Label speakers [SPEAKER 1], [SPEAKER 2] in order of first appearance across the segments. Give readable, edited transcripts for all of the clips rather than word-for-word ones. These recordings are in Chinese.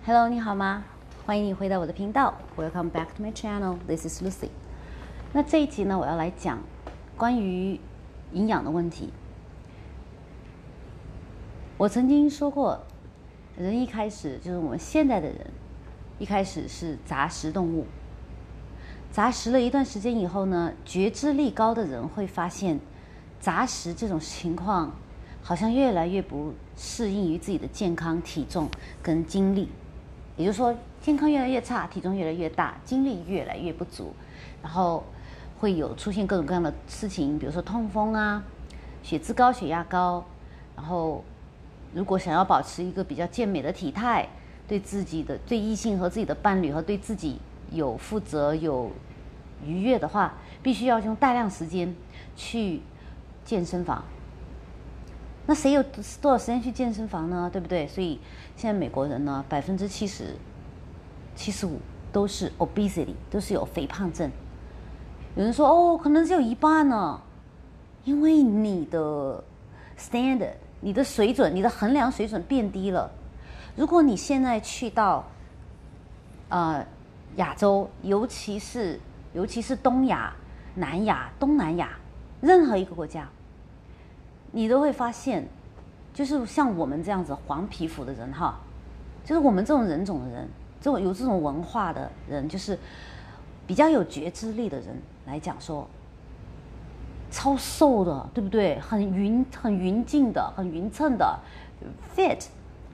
[SPEAKER 1] Hello， 你好吗？欢迎你回到我的频道。Welcome back to my channel. This is Lucy. 那这一集呢，我要来讲关于营养的问题。我曾经说过，人一开始就是我们现在的人，一开始是杂食动物。杂食了一段时间以后呢，觉知力高的人会发现，杂食这种情况好像越来越不适应于自己的健康、体重跟精力。也就是说，健康越来越差，体重越来越大，精力越来越不足，然后会有出现各种各样的事情，比如说痛风啊、血脂高、血压高，然后如果想要保持一个比较健美的体态，对自己的、对异性和自己的伴侣和对自己有负责、有愉悦的话，必须要用大量时间去健身房。那谁有多少时间去健身房呢？对不对？所以现在美国人呢，75%都是 obesity， 都是有肥胖症。有人说哦，可能只有一半呢，因为你的 standard， 你的水准，你的衡量水准变低了。如果你现在去到亚洲，尤其是东亚、南亚、东南亚任何一个国家，你都会发现，就是像我们这样子黄皮肤的人哈，就是我们这种人种的人，有这种文化的人，就是比较有觉知力的人来讲说，超瘦的，对不对？很匀净的，很匀称的 ，fit。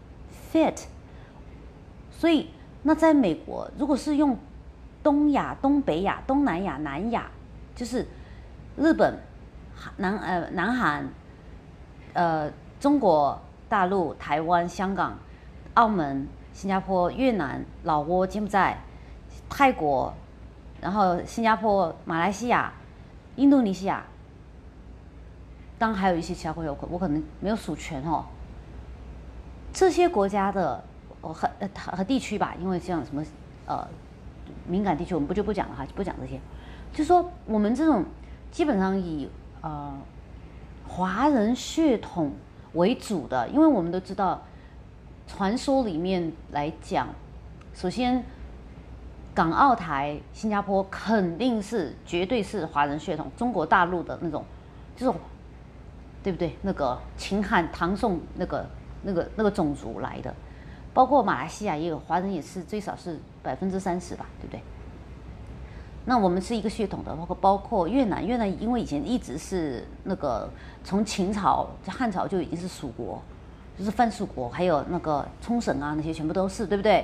[SPEAKER 1] 所以，那在美国，如果是用东亚、东北亚、东南亚、南亚，就是日本、南韩。中国大陆、台湾、香港、澳门、新加坡、越南、老挝、柬埔寨、泰国，然后新加坡、马来西亚、印度尼西亚，当然还有一些其他国家，我可能没有数全哦。这些国家的和地区吧，因为像什么敏感地区，我们就不讲了哈，不讲这些。就说我们这种基本上以华人血统为主的，因为我们都知道，传说里面来讲，首先港澳台、新加坡肯定是绝对是华人血统，中国大陆的那种，就是对不对？那个秦汉、唐宋那个种族来的，包括马来西亚也有华人，也是最少是30%吧，对不对？那我们是一个血统的，包括越南，因为以前一直是那个从秦朝、汉朝就已经是属国，就是藩属国，还有那个冲绳啊那些全部都是，对不对？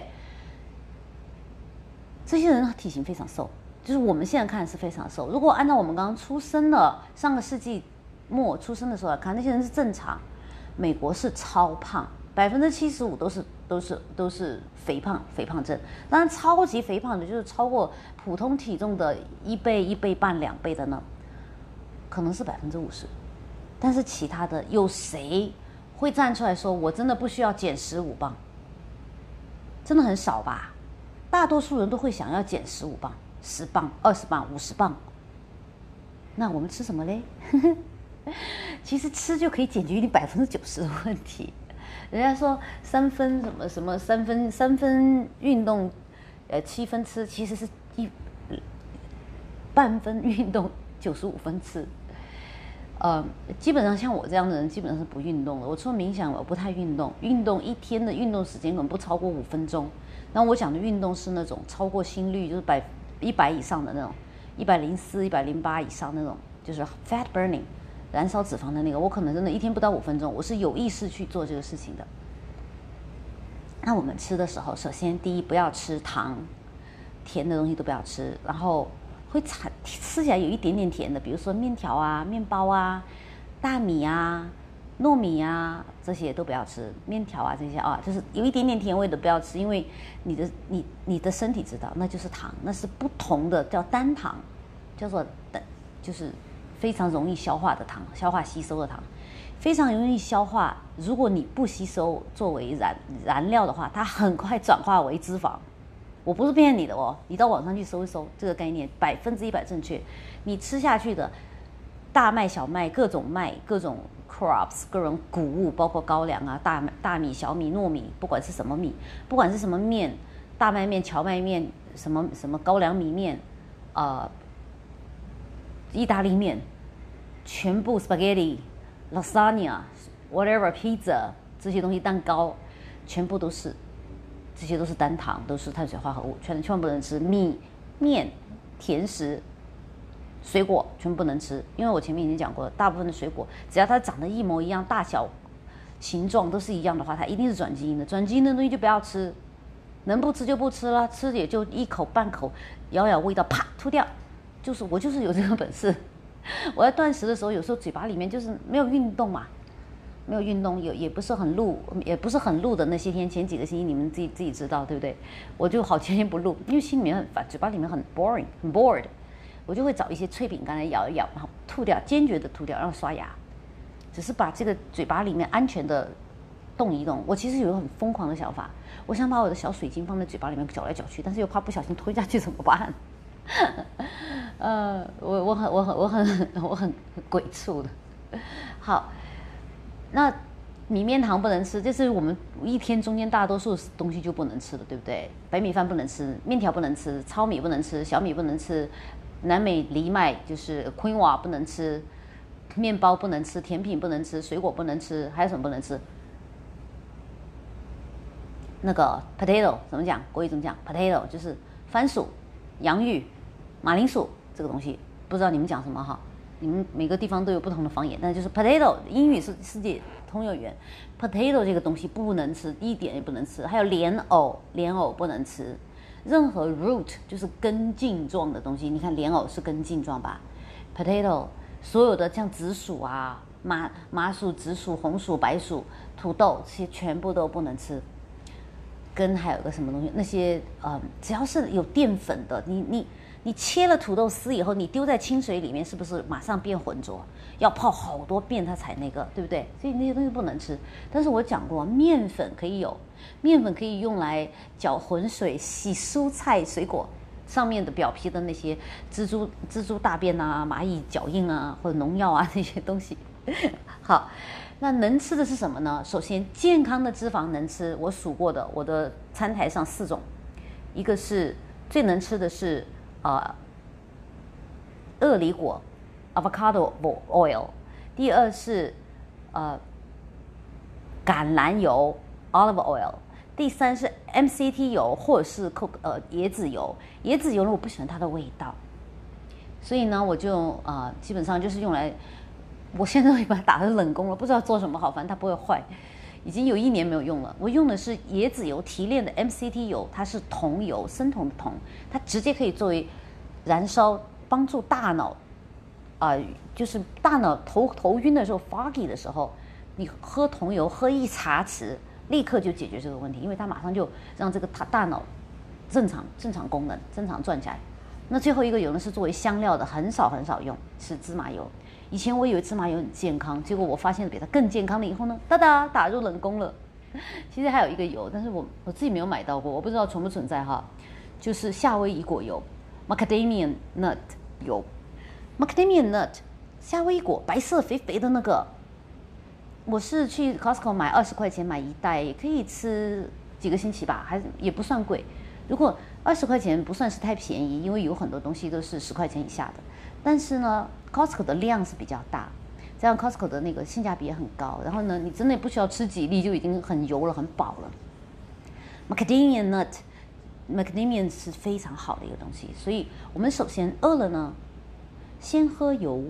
[SPEAKER 1] 这些人体型非常瘦，就是我们现在看是非常瘦。如果按照我们刚刚出生的上个世纪末出生的时候来看，那些人是正常。美国是超胖，75%都是肥胖症。当然，超级肥胖的就是超过普通体重的1倍、1倍半、2倍的呢，可能是50%。但是其他的有谁会站出来说我真的不需要减15磅？真的很少吧？大多数人都会想要减15磅、10磅、20磅、50磅。那我们吃什么嘞？其实吃就可以解决你90%的问题。人家说3分运动，7分吃，其实是半分运动95分吃。基本上像我这样的人，基本上是不运动的。我除了冥想，我不太运动。运动一天的运动时间可能不超过5分钟。然后我讲的运动是那种超过心率就是100以上的那种，104、108以上那种，就是 fat burning。燃烧脂肪的那个，我可能真的一天不到5分钟，我是有意识去做这个事情的。那我们吃的时候，首先第一不要吃糖，甜的东西都不要吃，然后会吃起来有一点点甜的，比如说面条啊、面包啊、大米啊、糯米啊这些都不要吃，面条啊这些啊，就是有一点点甜味的不要吃，因为你的身体知道那就是糖，那是不同的叫单糖，叫做就是非常容易消化的糖，消化吸收的糖，非常容易消化。如果你不吸收作为燃料的话，它很快转化为脂肪。我不是骗你的哦，你到网上去搜一搜这个概念，100%正确。你吃下去的大麦、小麦、各种 crops 各种谷物，包括高粱啊、大米、小米、糯米，不管是什么米，不管是什么面，大麦面、荞麦面，什么高粱米面，意大利面，全部 spaghetti、lasagna、whatever pizza 这些东西，蛋糕，全部都是，这些都是单糖，都是碳水化合物，千万不能吃米、面、甜食。水果全部不能吃，因为我前面已经讲过了，大部分的水果只要它长得一模一样，大小、形状都是一样的话，它一定是转基因的。转基因的东西就不要吃，能不吃就不吃了，吃也就一口半口，咬咬味道，啪吐掉。我就是有这个本事。我在断食的时候，有时候嘴巴里面就是没有运动嘛，没有运动，也不是很录的那些天，前几个星期你们自己知道对不对？我就好几天不录，因为心里面很烦，嘴巴里面很 boring， 很 bored。我就会找一些脆饼干来咬一咬，然后吐掉，坚决的吐掉，然后刷牙，只是把这个嘴巴里面安全的动一动。我其实有一个很疯狂的想法，我想把我的小水晶放在嘴巴里面搅来搅去，但是又怕不小心吞下去怎么办？我很鬼畜的。好，那米面糖不能吃，这是我们一天中间大多数东西就不能吃的，对不对？白米饭不能吃，面条不能吃，糙米不能吃，小米不能吃。南美藜麦就是昆瓦不能吃，面包不能吃，甜品不能吃，水果不能吃，还有什么不能吃？那个 potato 怎么讲？国语怎么讲 ？potato 就是番薯、洋芋、马铃薯这个东西，不知道你们讲什么哈？你们每个地方都有不同的方言，但是就是 potato 英语是世界通用语言 ，potato 这个东西不能吃，一点也不能吃。还有莲藕不能吃。任何 root 就是根茎状的东西，你看莲藕是根茎状吧 ？potato 所有的像紫薯啊、麻薯、紫薯、红薯、白薯、土豆这些全部都不能吃。跟还有个什么东西，那些只要是有淀粉的，你切了土豆丝以后，你丢在清水里面，是不是马上变浑浊？要泡好多遍它才那个，对不对？所以那些东西不能吃。但是我讲过，面粉可以有，面粉可以用来搅浑水洗蔬菜水果上面的表皮的那些蜘蛛大便啊、蚂蚁脚印啊或者农药啊那些东西。好，那能吃的是什么呢？首先，健康的脂肪能吃，我数过的，我的餐台上4种，一个是最能吃的是鳄梨果 avocado oil， 第二是橄榄油 olive oil， 第三是 MCT 油或者是椰子油。椰子油呢，我不喜欢它的味道，所以呢，我就基本上就是用来，我现在会把它打成冷宫了，不知道做什么好，反正它不会坏。已经有1年没有用了。我用的是椰子油提炼的 MCT 油，它是酮油，生酮的酮，它直接可以作为燃烧，帮助大脑就是大脑头晕的时候 foggy 的时候，你喝酮油喝1茶匙，立刻就解决这个问题，因为它马上就让这个大脑正常功能正常转起来。那最后一个油呢是作为香料的，很少用，是芝麻油。以前我以为芝麻油很健康，结果我发现比它更健康了以后呢，打入冷宫了。其实还有一个油，但是我自己没有买到过，我不知道存不存在哈，就是夏威夷果油 （Macadamia nut 油）。Macadamia nut 夏威夷果，白色肥肥的那个，我是去 Costco 买20块钱买1袋，也可以吃几个星期吧，也不算贵。如果20块钱不算是太便宜，因为有很多东西都是10块钱以下的。但是呢 ，Costco 的量是比较大，这样 Costco 的那个性价比也很高。然后呢，你真的不需要吃几粒就已经很油了，很饱了。Macadamia nut，Macadamia 是非常好的一个东西，所以我们首先饿了呢，先喝油。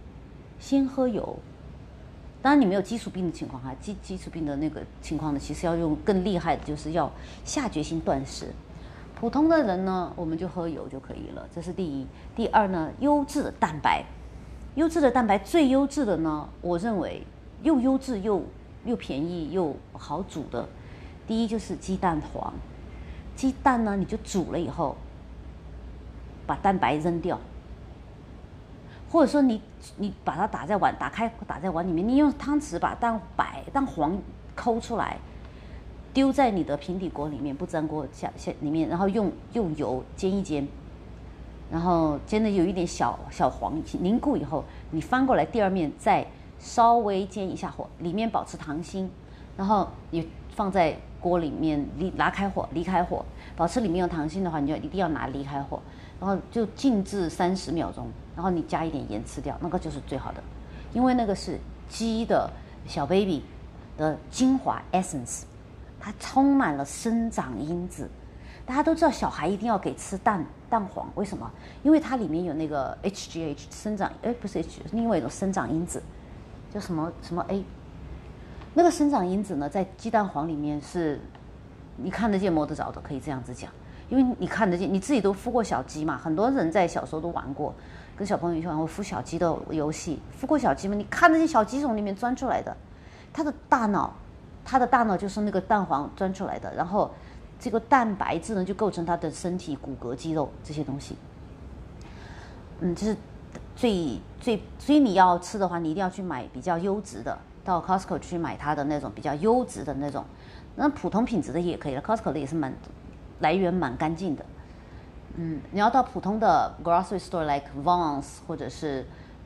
[SPEAKER 1] 当然你没有基础病的情况哈，基础病的那个情况呢，其实要用更厉害的，就是要下决心断食。普通的人呢，我们就喝油就可以了，这是第一。第二呢，优质的蛋白，最优质的呢，我认为又优质又便宜又好煮的，第一就是鸡蛋黄。鸡蛋呢，你就煮了以后，把蛋白扔掉，或者说你把它打在碗里面，你用汤匙把蛋黄抠出来。丢在你的平底锅里面，不粘锅下里面，然后用油煎一煎，然后煎的有一点小黄凝固以后，你翻过来第二面再稍微煎一下火，里面保持糖心，然后你放在锅里面，离开火，保持里面有糖心的话，你就一定要离开火，然后就静置30秒钟，然后你加一点盐吃掉，那个就是最好的，因为那个是鸡的小 baby 的精华 essence， 它充满了生长因子。大家都知道小孩一定要给吃蛋黄，为什么？因为它里面有那个 HGH 生长，不是 H， 另外一种生长因子，叫什么 A。那个生长因子呢，在鸡蛋黄里面是你看得见摸得着的，可以这样子讲。因为你看得见，你自己都孵过小鸡嘛，很多人在小时候都玩过，跟小朋友一起玩过孵小鸡的游戏。孵过小鸡嘛，你看得见小鸡从里面钻出来的，它的大脑就是那个蛋黄钻出来的，然后这个蛋白质呢就构成它的身体骨骼肌肉这些东西。这是所以你要吃的话，你一定要去买比较优质的，到 Costco 去买它的那种比较优质的那种，那普通品质的也可以了。Costco 的也是来源蛮干净的。你要到普通的 grocery store like Vons 或者是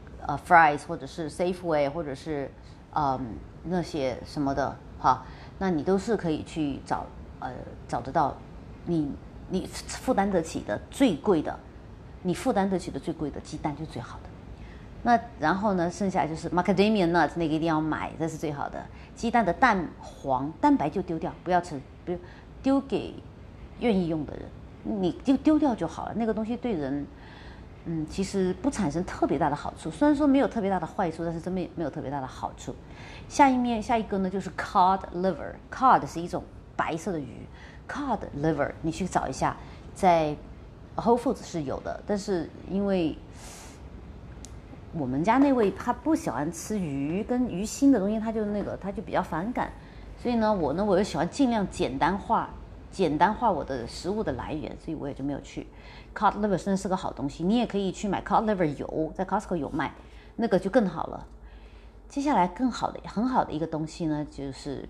[SPEAKER 1] Fry's 或者是 Safeway 或者是那些什么的哈，那你都是可以去找得到你负担得起的最贵的，你负担得起的最贵的鸡蛋就是最好的。那然后呢，剩下就是 macadamia nut 那个一定要买，这是最好的。鸡蛋的蛋黄蛋白就丢掉，不要吃，丢给愿意用的人，你就丢掉就好了。那个东西对人，其实不产生特别大的好处。虽然说没有特别大的坏处，但是真没有特别大的好处。下一个呢就是 cod liver，cod 是一种白色的鱼 ，cod liver 你去找一下，在 Whole Foods 是有的，但是因为我们家那位他不喜欢吃鱼跟鱼腥的东西，他就比较反感，所以呢我又喜欢尽量简单化我的食物的来源，所以我也就没有去。cod liver 真的是个好东西，你也可以去买 cod liver 油，在 Costco 有卖，那个就更好了。接下来很好的一个东西呢，就是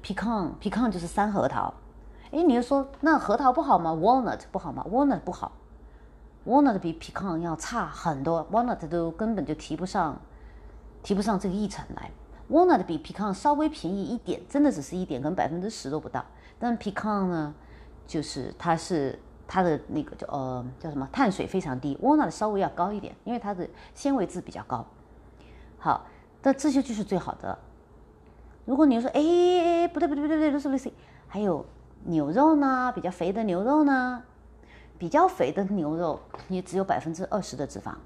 [SPEAKER 1] pecan 就是山核桃。你就说那核桃不好吗？ walnut 不好吗？ walnut 不好，Walnut 比 pecan 要差很多 ，Walnut 都根本就提不上这个议程来。Walnut 比 pecan 稍微便宜一点，真的只是一点，可能10%都不到。但 pecan 呢，就是它的那个叫什么，碳水非常低 ，Walnut 稍微要高一点，因为它的纤维质比较高。好，但这些就是最好的。如果你说不对，Lucy，还有牛肉呢，比较肥的牛肉呢。比较肥的牛肉也只有20%的脂肪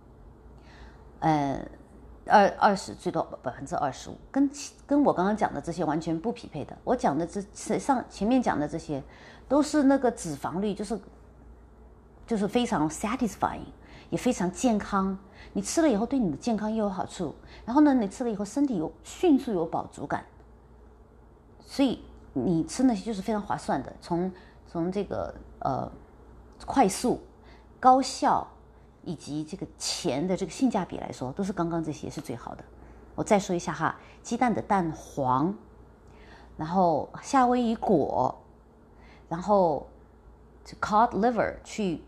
[SPEAKER 1] ，20%最多25%，跟我刚刚讲的这些完全不匹配的。我讲的前面讲的这些，都是那个脂肪率就是非常 satisfying， 也非常健康。你吃了以后对你的健康也有好处，然后呢，你吃了以后身体迅速有饱足感，所以你吃那些就是非常划算的。从这个快速、高效以及这个钱的这个性价比来说，都是刚刚这些是最好的。我再说一下哈，鸡蛋的蛋黄，然后夏威夷果，然后 cod liver 去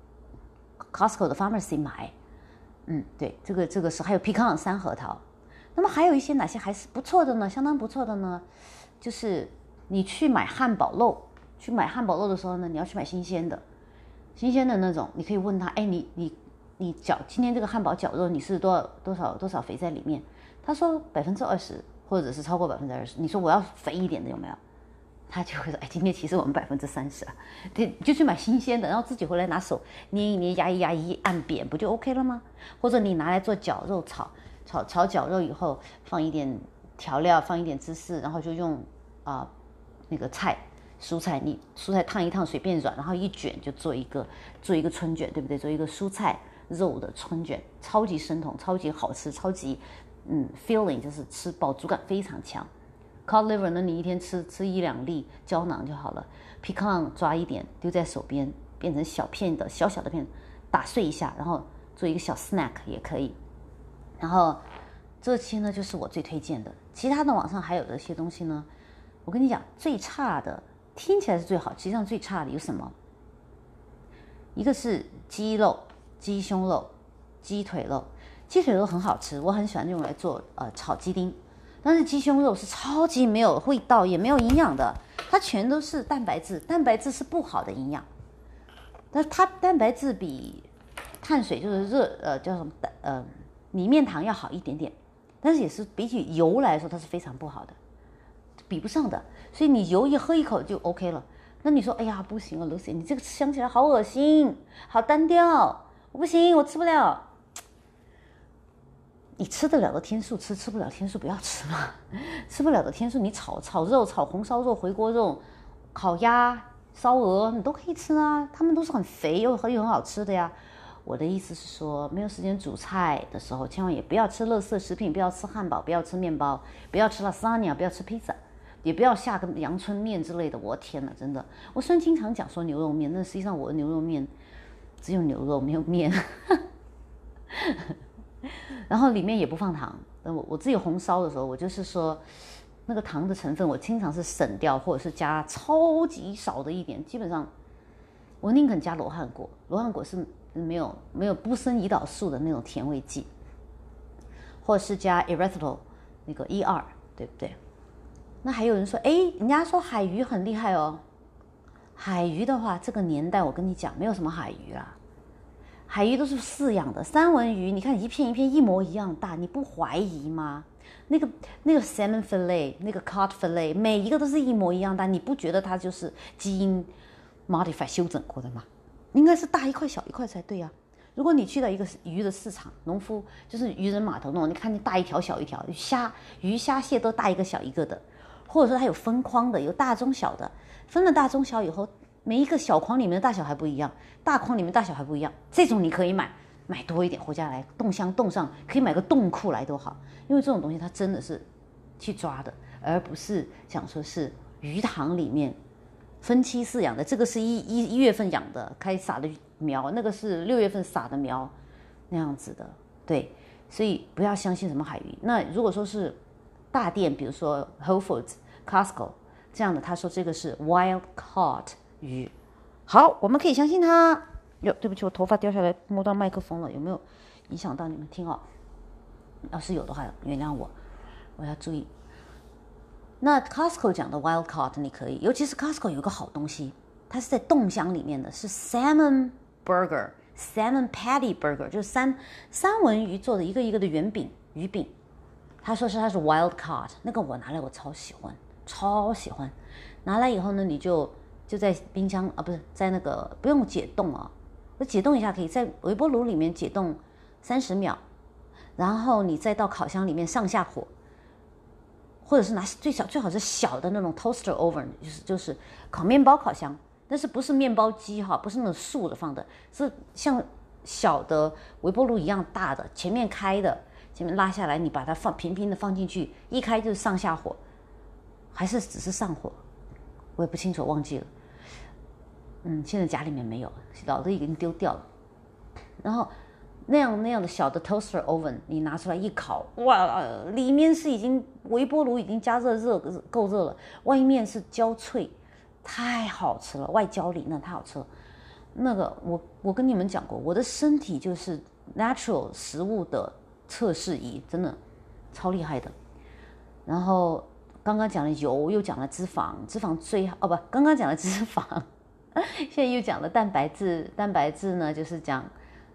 [SPEAKER 1] Costco 的 pharmacy 买，对，这个是还有 pecan 山核桃。那么还有一些哪些还是不错的呢？相当不错的呢，就是你去买汉堡肉的时候呢，你要去买新鲜的那种，你可以问他，你今天这个汉堡绞肉你是多少肥在里面？他说20%，或者是超过20%。你说我要肥一点的有没有？他就会说，今天其实我们30%啊。对，就去买新鲜的，然后自己回来拿手捏一捏，压一按扁，不就 OK 了吗？或者你拿来做绞肉炒绞肉以后，放一点调料，放一点芝士，然后就用那个蔬菜烫一烫，水变软，然后一卷就做一个春卷，对不对？做一个蔬菜肉的春卷，超级生酮，超级好吃，超级feeling 就是吃饱足感非常强。cod liver 呢，你一天吃1-2粒胶囊就好了。pecan 抓一点丢在手边，变成小小的片，打碎一下，然后做一个小 snack 也可以。然后这些呢就是我最推荐的，其他的网上还有这些东西呢，我跟你讲，最差的听起来是最好，实际上最差的有什么？一个是鸡肉、鸡胸肉、鸡腿肉。 鸡腿肉很好吃，我很喜欢用来做炒鸡丁。但是鸡胸肉是超级没有味道，也没有营养的，它全都是蛋白质，蛋白质是不好的营养。但是它蛋白质比碳水就是叫什么米面糖要好一点点，但是也是比起油来说，它是非常不好的，比不上的。所以你油一喝一口就 OK 了。那你说，哎呀，不行啊 ，Lucy， 你这个想起来好恶心，好单调，我不行，我吃不了。你吃得了的天数吃，吃不了天数不要吃嘛。吃不了的天数，你炒肉、炒红烧肉、回锅肉、烤鸭、烧鹅，你都可以吃啊。他们都是很肥又很好吃的呀。我的意思是说，没有时间煮菜的时候，千万也不要吃垃圾食品，不要吃汉堡，不要吃面包，不要吃lasagna，不要吃披萨，也不要下个阳春面之类的。我天哪，真的！我虽然经常讲说牛肉面，但实际上我的牛肉面只有牛肉没有面。然后里面也不放糖。我自己红烧的时候，我就是说，那个糖的成分我经常是省掉，或者是加超级少的一点。基本上，我宁肯加罗汉果，罗汉果是没有不生胰岛素的那种甜味剂，或者是加 erythritol 那个E2，对不对？那还有人说，哎，人家说海鱼很厉害哦。海鱼的话，这个年代我跟你讲，没有什么海鱼啦。海鱼都是饲养的，三文鱼，你看一片一片一模一样大，你不怀疑吗？那个 salmon fillet， 那个 cod fillet， 每一个都是一模一样大，你不觉得它就是基因 modify 修整过的吗？应该是大一块小一块才对啊。如果你去到一个鱼的市场，农夫就是渔人码头那种，你看见大一条小一条，鱼虾蟹都大一个小一个的，或者说它有分筐的，有大中小的，分了大中小以后。每一个小筐里面的大小还不一样，大筐里面大小还不一样，这种你可以买多一点回家来冻箱冻上，可以买个冻库来都好，因为这种东西它真的是去抓的，而不是想说是鱼塘里面分期饲养的，这个是一月份养的开撒的苗，那个是6月份撒的苗，那样子的，对，所以不要相信什么海鱼。那如果说是大店，比如说 Whole Foods、Costco 这样的，他说这个是 wild caught。鱼，好，我们可以相信他。哟，对不起，我头发掉下来摸到麦克风了，有没有影响到你们听哦？要是有的话，原谅我，我要注意。那 Costco 讲的 wild caught 你可以，尤其是 Costco 有一个好东西，它是在冻箱里面的，是 salmon burger、salmon patty burger， 就是三文鱼做的一个一个的鱼饼。他说它是 wild caught， 那个我拿来我超喜欢。拿来以后呢，你就在冰箱啊，不是在那个不用解冻啊，解冻一下可以在微波炉里面解冻30秒，然后你再到烤箱里面上下火，或者是拿最好是小的那种 toaster oven， 就是烤面包烤箱，但是不是面包机哈，不是那种竖着放的，是像小的微波炉一样大的，前面开的，前面拉下来，你把它平平的放进去，一开就是上下火，还是只是上火，我也不清楚，忘记了。现在家里面没有，老的已经丢掉了。然后那样的小的 toaster oven， 你拿出来一烤，哇，里面是已经微波炉已经加够热了，外面是焦脆，太好吃了，外焦里嫩，太好吃了。那个我跟你们讲过，我的身体就是 natural 食物的测试仪，真的超厉害的。然后刚刚讲了油，又讲了脂肪最好不，刚刚讲了脂肪。现在又讲了蛋白质呢，就是讲，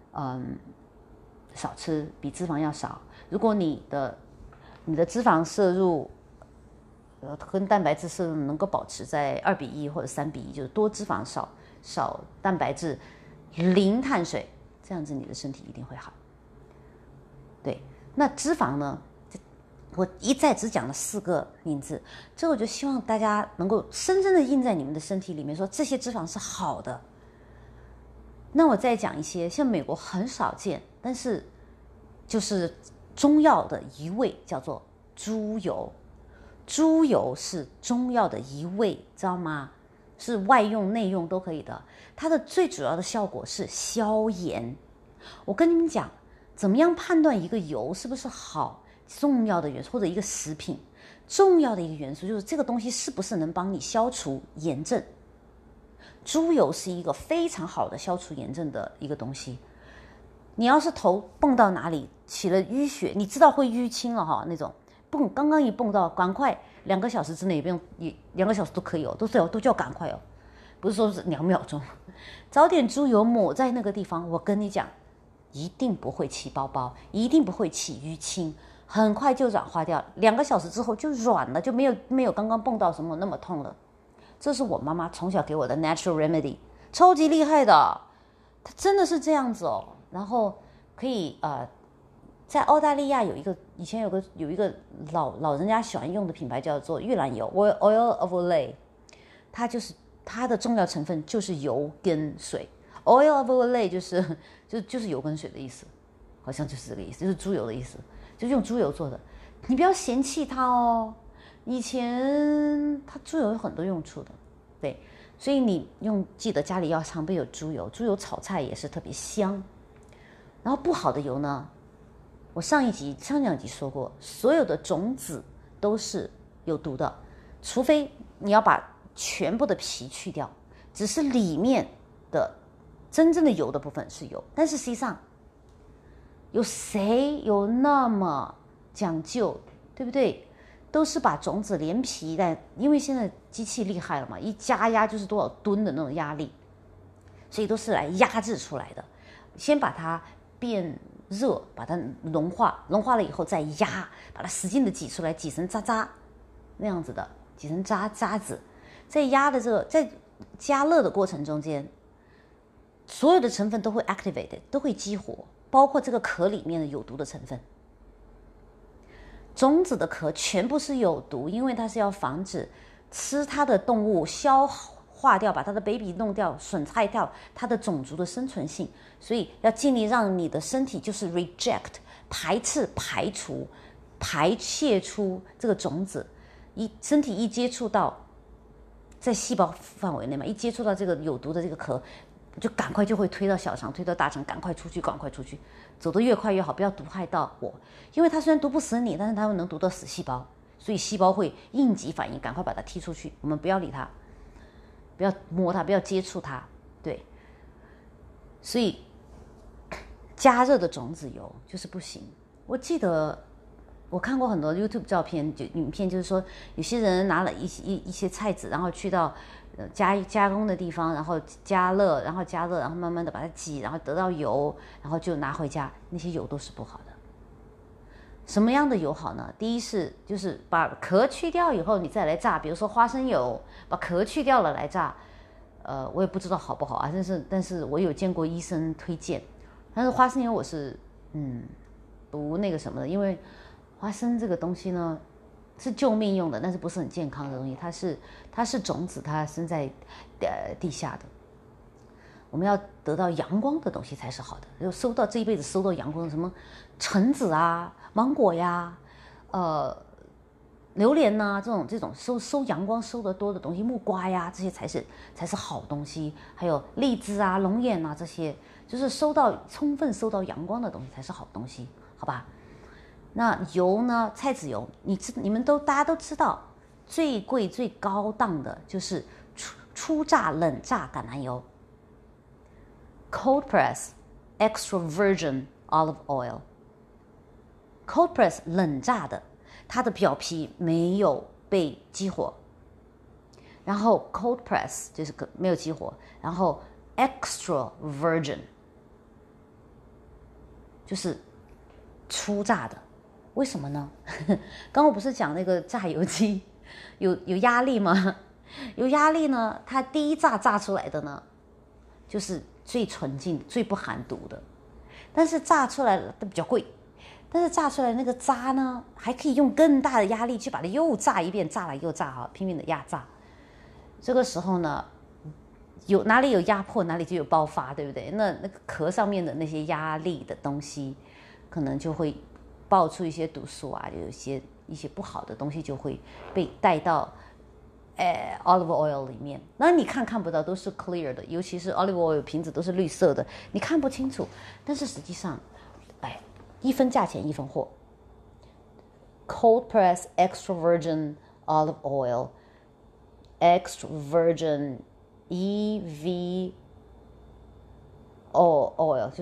[SPEAKER 1] 少吃，比脂肪要少。如果你的脂肪摄入，跟蛋白质摄入能够保持在2:1或者3:1，就是多脂肪少蛋白质，零碳水，这样子你的身体一定会好。对，那脂肪呢？我一再只讲了4个名字，这我就希望大家能够深深的印在你们的身体里面，说这些脂肪是好的。那我再讲一些，像美国很少见，但是就是中药的一味，叫做猪油。猪油是中药的一味，知道吗？是外用内用都可以的。它的最主要的效果是消炎。我跟你们讲，怎么样判断一个油是不是好？重要的元素或者一个食品，重要的一个元素就是这个东西是不是能帮你消除炎症。猪油是一个非常好的消除炎症的一个东西。 你要是头蹦到哪里起了淤血，你知道会淤青了哈，那种刚刚一蹦到，赶快2个小时之内也不用，2个小时都可以哦，都叫赶快哦，不是说是2秒钟，找点猪油抹在那个地方，我跟你讲，一定不会起包包，一定不会起淤青，很快就软化掉，2个小时之后就软了，就没有刚刚蹦到什么那么痛了。这是我妈妈从小给我的 natural remedy， 超级厉害的，它真的是这样子哦。然后可以在澳大利亚以前有一个老人家喜欢用的品牌叫做玉兰油 oil of Olay， 它的重要成分就是油跟水。oil of Olay 就是油跟水的意思，好像就是这个意思，就是猪油的意思，就是用猪油做的。你不要嫌弃它哦，以前它猪油有很多用处的，对，所以你记得家里要常备有猪油，猪油炒菜也是特别香。然后不好的油呢，我上2集说过，所有的种子都是有毒的，除非你要把全部的皮去掉，只是里面的真正的油的部分是油。但是实际上，有谁有那么讲究，对不对？都是把种子连皮带，因为现在机器厉害了嘛，一加压就是多少吨的那种压力，所以都是来压制出来的。先把它变热，把它融化了以后再压，把它使劲的挤出来，挤成渣那样子的，挤成渣子。在在加热的过程中间，所有的成分都会 activated， 都会激活，包括这个壳里面的有毒的成分。种子的壳全部是有毒，因为它是要防止吃它的动物消化掉，把它的 baby 弄掉，损害掉它的种族的生存性，所以要尽力让你的身体就是 reject 排斥、排除、排泄出这个种子。身体一接触到，在细胞范围内嘛，一接触到这个有毒的这个壳，就赶快就会推到小肠，推到大肠，赶快出去，走得越快越好，不要毒害到我。因为它虽然毒不死你，但是它能毒到死细胞，所以细胞会应急反应，赶快把它踢出去。我们不要理它，不要摸它，不要接触它，对。所以加热的种子油就是不行。我记得我看过很多 YouTube 影片，就是说有些人拿了一些菜籽，然后去到加工的地方，然后加热，然后慢慢的把它挤，然后得到油，然后就拿回家，那些油都是不好的。什么样的油好呢？第一就是把壳去掉以后你再来炸，比如说花生油，把壳去掉了来炸，我也不知道好不好啊，但是我有见过医生推荐，但是花生油我是不那个什么的，因为花生这个东西呢是救命用的，但是不是很健康的东西，它是种子，它生在地下的。我们要得到阳光的东西才是好的，就这一辈子收到阳光，什么橙子啊、芒果呀、榴莲呐、这种收阳光收得多的东西，木瓜呀，这些才是好东西。还有荔枝啊、龙眼啊，这些就是充分收到阳光的东西才是好东西，好吧？那油呢？菜籽油，大家都知道，最贵最高档的就是初榨冷榨橄榄油 ，cold press extra virgin olive oil。cold press 冷榨的，它的表皮没有被激活，然后 cold press 就是没有激活，然后 extra virgin 就是初榨的。为什么呢？刚刚我不是讲那个榨油机有压力吗？有压力呢，它第一榨出来的呢，就是最纯净、最不含毒的，但是榨出来的比较贵。但是榨出来那个渣呢，还可以用更大的压力去把它又榨一遍，榨了又榨哈，拼命的压榨。这个时候呢，哪里有压迫，哪里就有爆发，对不对？那个壳上面的那些压力的东西，可能就会爆出一些毒素啊，就一些不好的东西就会被带到olive oil 里面。那你看不到，都是 clear 的，尤其是 olive oil 瓶子都是绿色的，你看不清楚。但是实际上，一分价钱一分货。Cold press extra virgin olive oil, extra virgin EVO oil 就是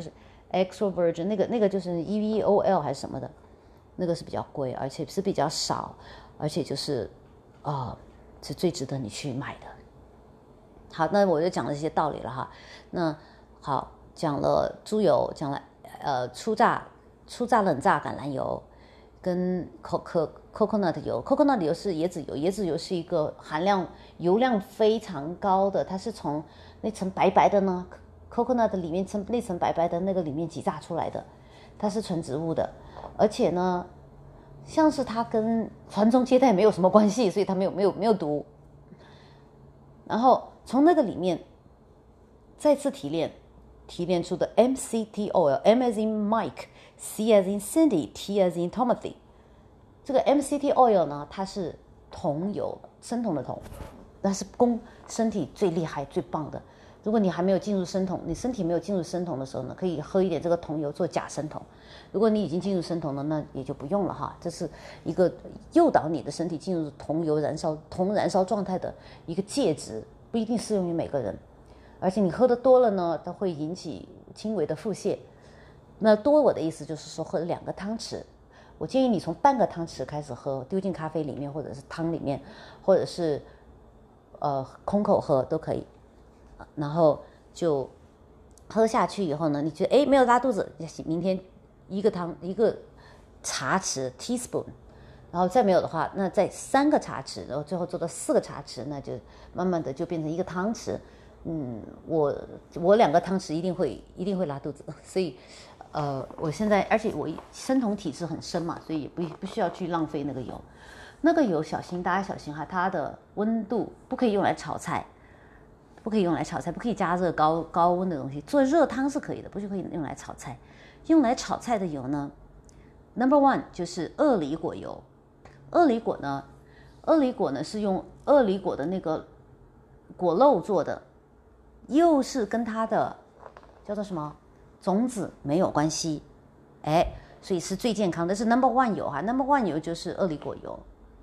[SPEAKER 1] extra virgin 那个就是 EVOL 还是什么的，那个是比较贵，而且是比较少，而且就是是最值得你去买的。好，那我就讲了这些道理了哈。那好，讲了猪油，讲了初榨冷榨橄榄油，跟coconut 油。coconut 油是椰子油，椰子油是一个油量非常高的，它是从那层白白的呢 coconut 里面那层白白的那个里面挤榨出来的，它是纯植物的，而且呢，像是它跟传宗接代没有什么关系，所以它没有毒。然后从那个里面再次提炼出的 MCT oil，M as in Mike，C as in Cindy，T as in Timothy。这个 MCT oil 呢，它是铜油，生酮的酮，那是供身体最厉害、最棒的。如果你还没有进入生酮，你身体没有进入生酮的时候呢，可以喝一点这个酮油做假生酮。如果你已经进入生酮了，那也就不用了哈。这是一个诱导你的身体进入酮燃烧状态的一个介质，不一定适用于每个人。而且你喝的多了呢，它会引起轻微的腹泻。那多我的意思就是说喝2个汤匙，我建议你从半个汤匙开始喝，丢进咖啡里面或者是汤里面，或者是空口喝都可以。然后就喝下去以后呢，你觉得没有拉肚子，明天一个茶匙 teaspoon， 然后再没有的话，那再3个茶匙，然后最后做到4个茶匙，那就慢慢的就变成1个汤匙。我2个汤匙一定会拉肚子，所以我现在而且我生酮体质很深嘛，所以也不需要去浪费那个油。那个油大家小心哈，它的温度不可以用来炒菜。不可以用来炒菜，不可以加热高温的东西。做热汤是可以的，不是可以用来炒菜。用来炒菜的油呢 ，Number 1就是鳄梨果油。鳄梨果呢是用鳄梨果的那个果肉做的，又是跟它的叫做什么种子没有关系，所以是最健康的，是 Number 1油哈。Number 1油就是鳄梨果油。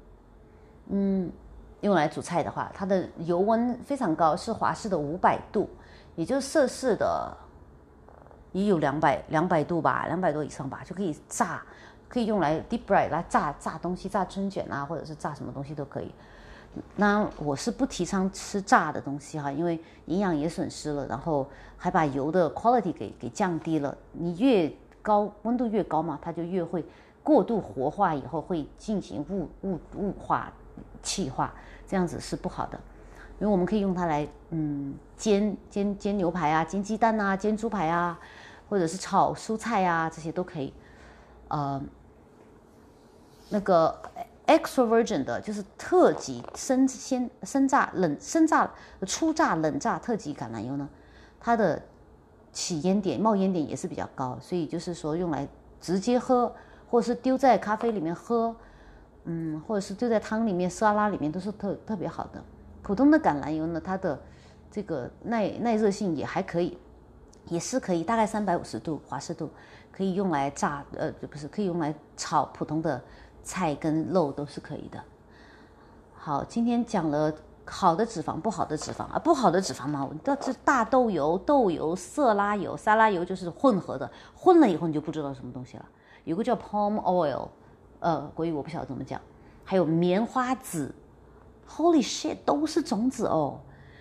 [SPEAKER 1] 用来煮菜的话，它的油温非常高，是华氏的500度，也就是摄氏的也有200度吧，200多以上吧，就可以炸，可以用来 deep fry 来炸东西，炸春卷啊，或者是炸什么东西都可以。那我是不提倡吃炸的东西哈，因为营养也损失了，然后还把油的 quality 给降低了。你越高温度越高嘛，它就越会过度活化，以后会进行雾化、气化。这样子是不好的，因为我们可以用它来煎牛排啊，煎鸡蛋啊，煎猪排啊，或者是炒蔬菜啊，这些都可以。那个 extra virgin 的就是特级初榨冷榨特级橄榄油呢，它的冒烟点也是比较高，所以就是说用来直接喝，或者是丢在咖啡里面喝。或者是丢在汤里面、沙拉里面都是特别好的。普通的橄榄油呢，它的这个耐热性也还可以，也是可以，大概350度华氏度，可以用来可以用来炒普通的菜跟肉都是可以的。好，今天讲了好的脂肪、不好的脂肪啊，不好的脂肪嘛，这大豆油、色拉油，沙拉油就是混合的，混了以后你就不知道什么东西了。有个叫 palm oil。国语我不晓得怎么讲，还有棉花籽 ，Holy shit， 都是种子哦。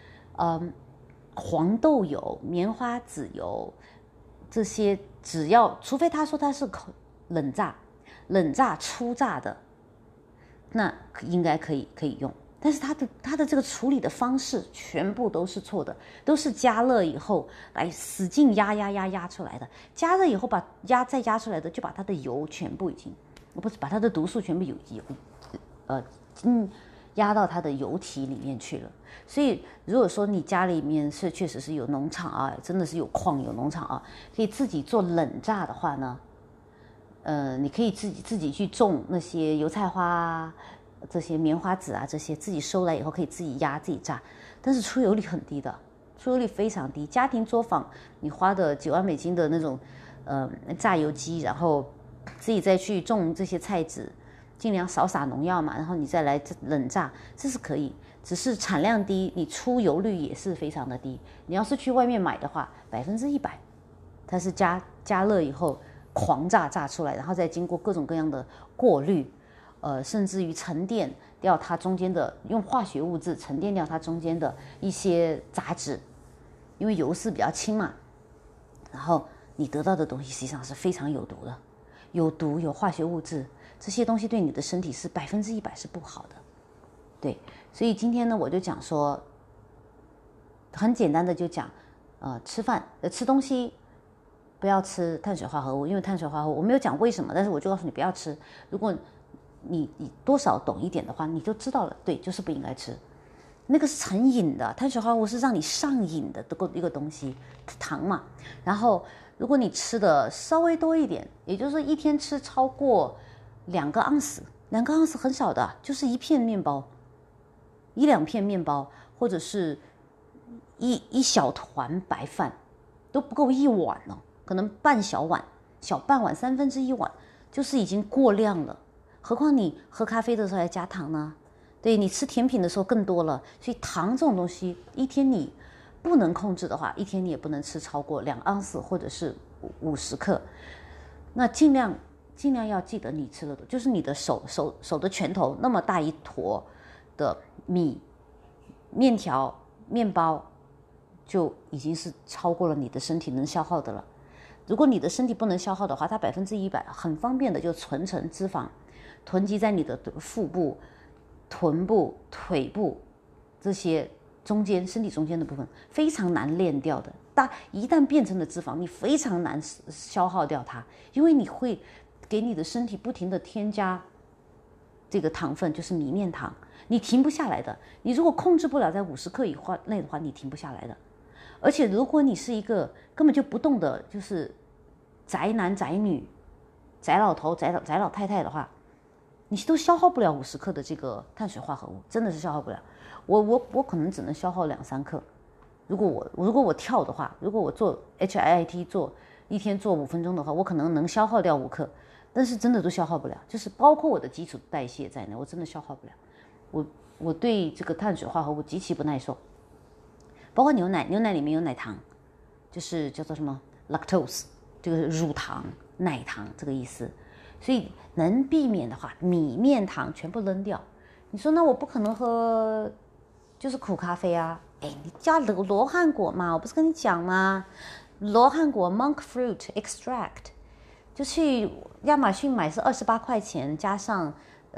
[SPEAKER 1] 黄豆油、棉花籽油，这些除非他说它是冷榨初榨的，那应该可以用。但是它的这个处理的方式全部都是错的，都是加热以后来使劲压出来的，加热以后再压出来的，就把它的油全部不是把它的毒素全部压到它的油体里面去了。所以如果说你家里面确实是有农场啊，真的是有矿有农场啊，可以自己做冷榨的话呢，你可以自己去种那些油菜花啊，这些棉花籽啊，这些自己收来以后可以自己压自己榨，但是出油率很低的，出油率非常低。家庭作坊你花的9万美金的那种榨油机，然后自己再去种这些菜籽，尽量少撒农药嘛，然后你再来冷榨，这是可以，只是产量低，你出油率也是非常的低。你要是去外面买的话，100%， 它是加热以后狂炸出来，然后再经过各种各样的过滤，甚至于沉淀掉它中间的，用化学物质沉淀掉它中间的一些杂质，因为油是比较轻嘛，然后你得到的东西实际上是非常有毒的，有毒有化学物质，这些东西对你的身体是100%是不好的。对，所以今天呢，我就讲说，很简单的就讲，吃东西不要吃碳水化合物，因为碳水化合物我没有讲为什么，但是我就告诉你不要吃。如果你多少懂一点的话，你就知道了，对，就是不应该吃。那个是成瘾的，碳水化合物是让你上瘾的一个东西，糖嘛。然后如果你吃的稍微多一点，也就是说一天吃超过2个盎司，2个盎司很少的，就是1片面包，1-2片面包，或者是一小团白饭，都不够1碗了，可能小半碗1/3碗，就是已经过量了。何况你喝咖啡的时候还加糖呢，对，你吃甜品的时候更多了。所以糖这种东西，一天你不能控制的话，一天你也不能吃超过2盎司或者是50克。那尽量要记得你吃的多，就是你的手的拳头那么大一坨的面条、面包，就已经是超过了你的身体能消耗的了。如果你的身体不能消耗的话，它100%很方便的就存成脂肪，囤积在你的腹部、臀部、腿部这些身体中间的部分，非常难炼掉的。一旦变成了脂肪，你非常难消耗掉它，因为你会给你的身体不停的添加这个糖分，就是米面糖，你停不下来的。你如果控制不了在50克以内的话，你停不下来的。而且如果你是一个根本就不动的，就是宅男宅女、宅老头、宅老太太的话，你都消耗不了50克的这个碳水化合物，真的是消耗不了。我可能只能消耗2-3克。如果我跳的话，如果我做 HIIT 一天做5分钟的话，我可能消耗掉5克，但是真的都消耗不了，就是包括我的基础代谢在内，我真的消耗不了。我对这个碳水化合物极其不耐受。包括牛奶里面有奶糖，就是叫做什么 lactose， 这个乳糖、奶糖这个意思。所以能避免的话，米面糖全部扔掉。你说那我不可能喝就是苦咖啡啊？哎，你加罗汉果嘛，我不是跟你讲吗？罗汉果 monk fruit extract， 就去亚马逊买是28块钱，加上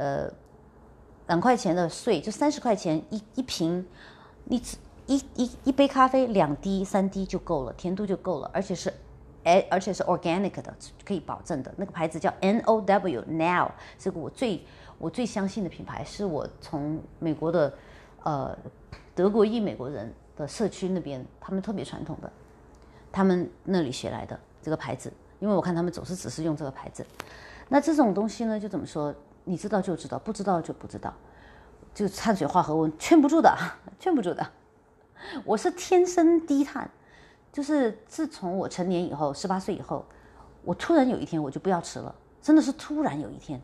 [SPEAKER 1] 2块钱的税，就30块钱一瓶。你一杯咖啡2滴3滴就够了，甜度就够了，而且是 organic 的，可以保证的。那个牌子叫 NOW， 这个我最相信的品牌，是我从美国的德国裔美国人的社区那边，他们特别传统的，他们那里学来的这个牌子，因为我看他们总是只是用这个牌子。那这种东西呢，就怎么说？你知道就知道，不知道就不知道。就碳水化合物劝不住的，劝不住的。我是天生低碳，就是自从我成年以后，18岁以后，我突然有一天我就不要吃了，真的是突然有一天，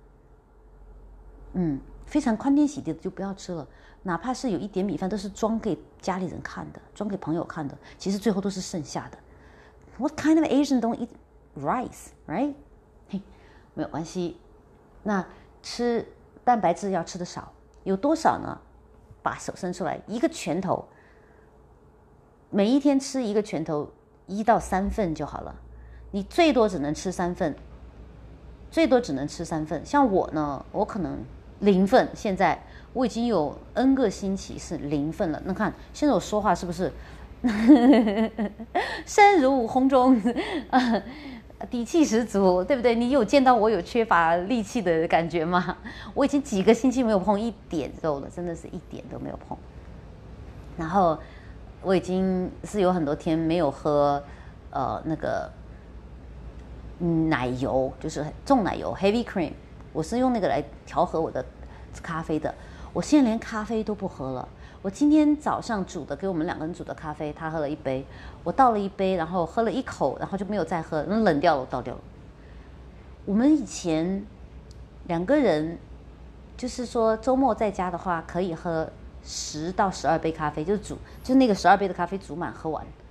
[SPEAKER 1] 非常欢天喜地的就不要吃了，哪怕是有一点米饭都是装给家里人看的，装给朋友看的，其实最后都是剩下的。What kind of Asian don't eat rice, right？ 嘿，没有关系。那吃蛋白质要吃的少，有多少呢？把手伸出来，一个拳头。每一天吃一个拳头，1到3份就好了。你最多只能吃3份，最多只能吃3份。像我呢，我可能0份。现在我已经有 N 个星期是0份了。那看现在我说话是不是声如洪钟，底气十足，对不对？你有见到我有缺乏力气的感觉吗？我已经几个星期没有碰一点肉了，真的是一点都没有碰。然后我已经是有很多天没有喝那个奶油，就是重奶油 heavy cream， 我是用那个来调和我的咖啡的。我现在连咖啡都不喝了。我今天早上煮的，给我们2个人煮的咖啡，他喝了1杯，我倒了1杯，然后喝了1口，然后就没有再喝，冷掉了，我倒掉了。我们以前2个人，就是说周末在家的话，可以喝10到12杯咖啡，就那个12杯的咖啡煮满喝完。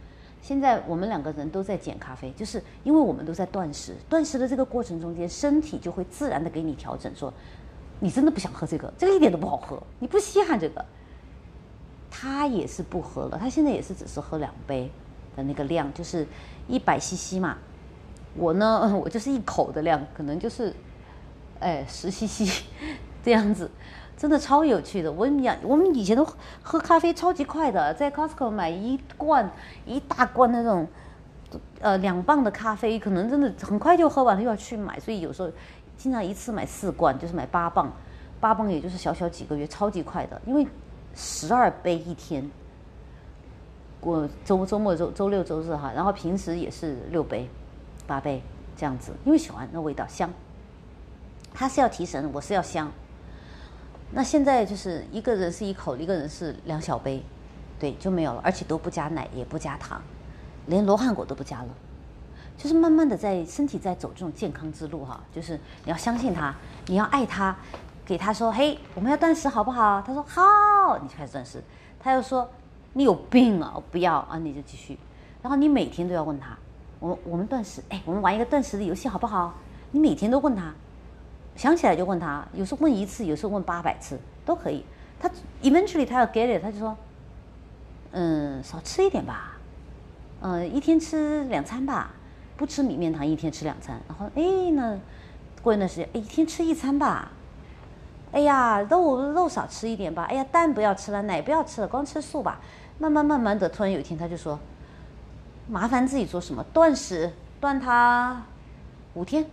[SPEAKER 1] 现在我们2个人都在减咖啡，就是因为我们都在断食，断食的这个过程中间，身体就会自然的给你调整，说你真的不想喝这个，这个一点都不好喝，你不稀罕这个。他也是不喝了，他现在也是只是喝2杯的那个量，就是100cc 嘛。我呢，我就是1口的量，可能就是10cc 这样子。真的超有趣的，我们以前都喝咖啡超级快的，在 Costco 买一大罐那种2磅的咖啡，可能真的很快就喝完了，又要去买，所以有时候经常一次买4罐，就是买8磅，8磅也就是小几个月，超级快的，因为12杯一天，我周末周六周日哈，然后平时也是6杯8杯这样子，因为喜欢那味道香，它是要提神，我是要香。那现在就是一个人是1口，一个人是2小杯，对，就没有了，而且都不加奶，也不加糖，连罗汉果都不加了，就是慢慢的在身体在走这种健康之路哈，就是你要相信它，你要爱它，给他说，嘿，我们要断食好不好？他说好，你就开始断食。他又说你有病啊，我不要啊，你就继续。然后你每天都要问他，我们断食，我们玩一个断食的游戏好不好？你每天都问他。想起来就问他，有时候问1次，有时候问800次都可以。他 eventually 他要 get it， 他就说，少吃一点吧，一天吃2餐吧，不吃米面汤，一天吃2餐。然后那过一段时间，一天吃1餐吧，哎呀肉少吃一点吧，哎呀蛋不要吃了，奶不要吃了，光吃素吧。慢慢的，突然有一天他就说，麻烦自己做什么断食，断它5天。